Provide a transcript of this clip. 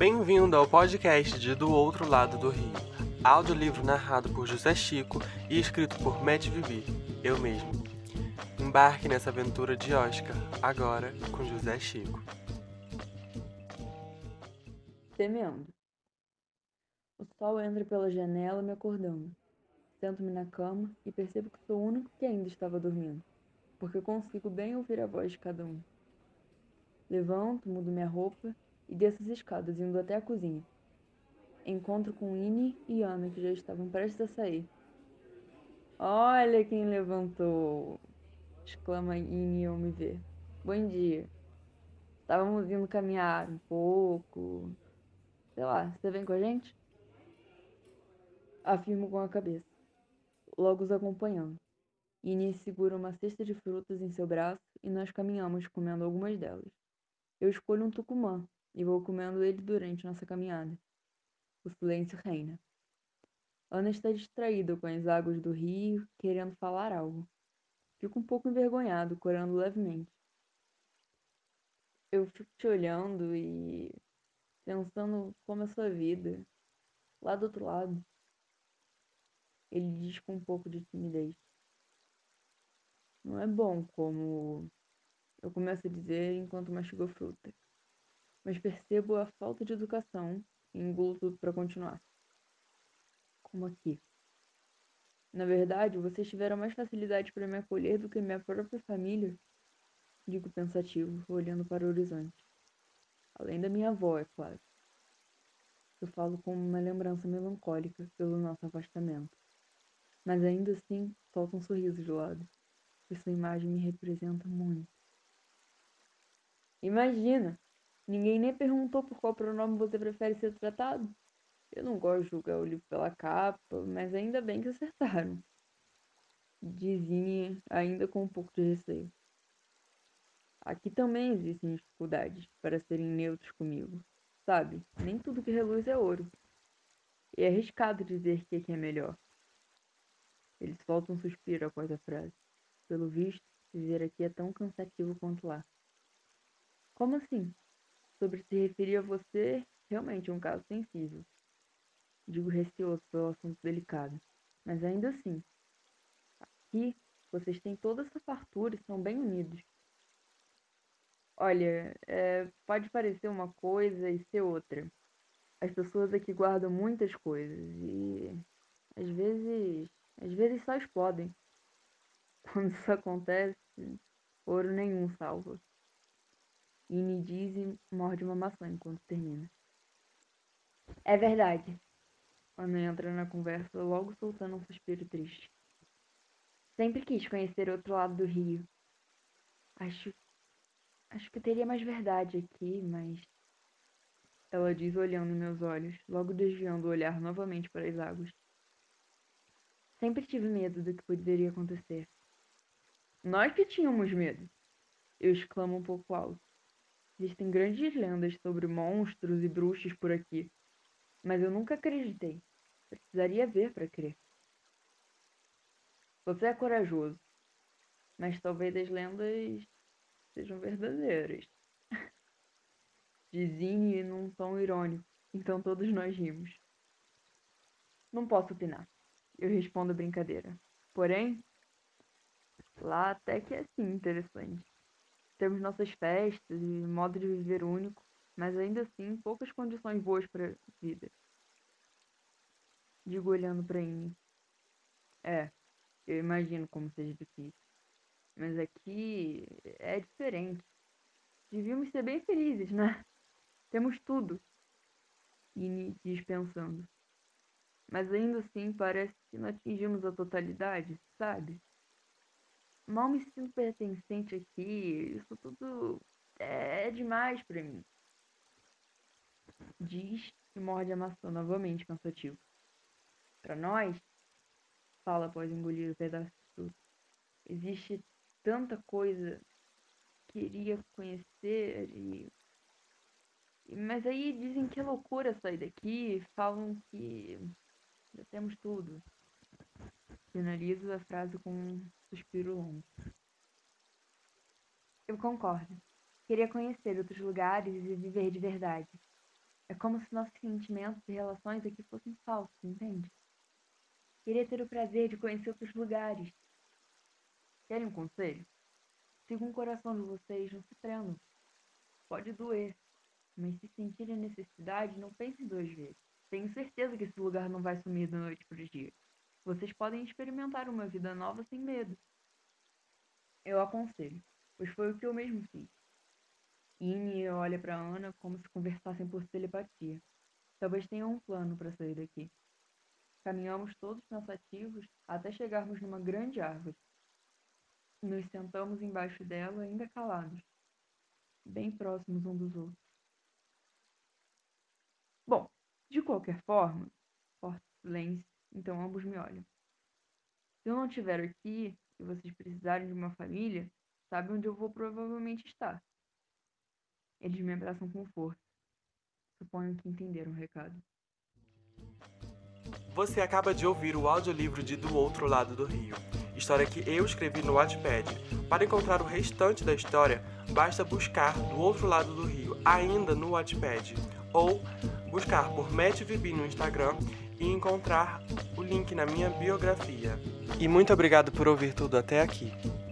Bem-vindo ao podcast de Do Outro Lado do Rio, audiolivro narrado por José Chico e escrito por Matt Vivi, eu mesmo. Embarque nessa aventura de Oscar, agora com José Chico. Semeando. O sol entra pela janela me acordando. Sento-me na cama e percebo que sou o único que ainda estava dormindo, porque consigo bem ouvir a voz de cada um. Levanto, mudo minha roupa e desço as escadas indo até a cozinha. Encontro com Ine e Ana, que já estavam prestes a sair. "Olha quem levantou!" exclama Ine ao me ver. "Bom dia. Estávamos indo caminhar um pouco. Sei lá, você vem com a gente?" Afirmo com a cabeça, logo os acompanhando. Inês segura uma cesta de frutas em seu braço e nós caminhamos comendo algumas delas. Eu escolho um tucumã e vou comendo ele durante nossa caminhada. O silêncio reina. Ana está distraída com as águas do rio, querendo falar algo. Fico um pouco envergonhado, corando levemente. Eu fico te olhando e pensando como é sua vida, lá do outro lado. Ele diz com um pouco de timidez. Não é bom como eu começo a dizer enquanto mastigo a fruta. Mas percebo a falta de educação e engulo tudo para continuar. Como aqui. Na verdade, vocês tiveram mais facilidade para me acolher do que minha própria família, digo pensativo, olhando para o horizonte. Além da minha avó, é claro. Eu falo com uma lembrança melancólica pelo nosso afastamento. Mas ainda assim, solto um sorriso de lado, pois sua imagem me representa muito. Imagina! Ninguém nem perguntou por qual pronome você prefere ser tratado. Eu não gosto de julgar o livro pela capa, mas ainda bem que acertaram. Dizia, ainda com um pouco de receio. Aqui também existem dificuldades para serem neutros comigo. Sabe, nem tudo que reluz é ouro. E é arriscado dizer que aqui é melhor. Eles soltam um suspiro após a frase. Pelo visto, viver aqui é tão cansativo quanto lá. Como assim? Sobre se referir a você, realmente é um caso sensível. Digo receoso pelo assunto delicado. Mas ainda assim, aqui vocês têm toda essa fartura e são bem unidos. Olha, pode parecer uma coisa e ser outra. As pessoas aqui guardam muitas coisas e às vezes, às vezes só explodem. Quando isso acontece, ouro nenhum salva. Ine diz e morde uma maçã enquanto termina. É verdade. Ana entra na conversa, logo soltando um suspiro triste. Sempre quis conhecer outro lado do rio. Acho, acho que teria mais verdade aqui, mas ela diz olhando em meus olhos, logo desviando o olhar novamente para as águas. Sempre tive medo do que poderia acontecer. Nós que tínhamos medo, eu exclamo um pouco alto. Existem grandes lendas sobre monstros e bruxas por aqui, mas eu nunca acreditei. Precisaria ver para crer. Você é corajoso, mas talvez as lendas sejam verdadeiras. Diz num tom irônico, então todos nós rimos. Não posso opinar. Eu respondo brincadeira. Porém, lá até que é sim interessante. Temos nossas festas e modo de viver único, mas ainda assim poucas condições boas para a vida. Digo olhando para mim. É, eu imagino como seja difícil. Mas aqui é diferente. Devíamos ser bem felizes, né? Temos tudo. E diz pensando. Mas ainda assim parece que não atingimos a totalidade, sabe? Mal me sinto pertencente aqui. Isso tudo é demais para mim. Diz e morde a maçã novamente cansativo. Para nós, fala após engolir o pedaço de fruta, existe tanta coisa que queria conhecer mas aí dizem que é loucura sair daqui, falam que já temos tudo. Finalizo a frase com um suspiro longo. Eu concordo. Queria conhecer outros lugares e viver de verdade. É como se nossos sentimentos e relações aqui fossem falsos, entende? Queria ter o prazer de conhecer outros lugares. Querem um conselho? Sigam o coração de vocês, não se prendam. Pode doer, mas se sentirem necessidade, não pensem duas vezes. Tenho certeza que esse lugar não vai sumir da noite para o dia. Vocês podem experimentar uma vida nova sem medo. Eu aconselho, pois foi o que eu mesmo fiz. Ine olha para Ana como se conversassem por telepatia. Talvez tenham um plano para sair daqui. Caminhamos todos pensativos até chegarmos numa grande árvore. Nos sentamos embaixo dela, ainda calados, bem próximos um dos outros. Bom, de qualquer forma, corta o silêncio, então ambos me olham. Se eu não estiver aqui e vocês precisarem de uma família, sabe onde eu vou provavelmente estar. Eles me abraçam com força. Suponho que entenderam o recado. Você acaba de ouvir o audiolivro de Do Outro Lado do Rio, história que eu escrevi no Wattpad. Para encontrar o restante da história, basta buscar Do Outro Lado do Rio ainda no Wattpad, ou buscar por MattVB no Instagram e encontrar o link na minha biografia. E muito obrigado por ouvir tudo até aqui.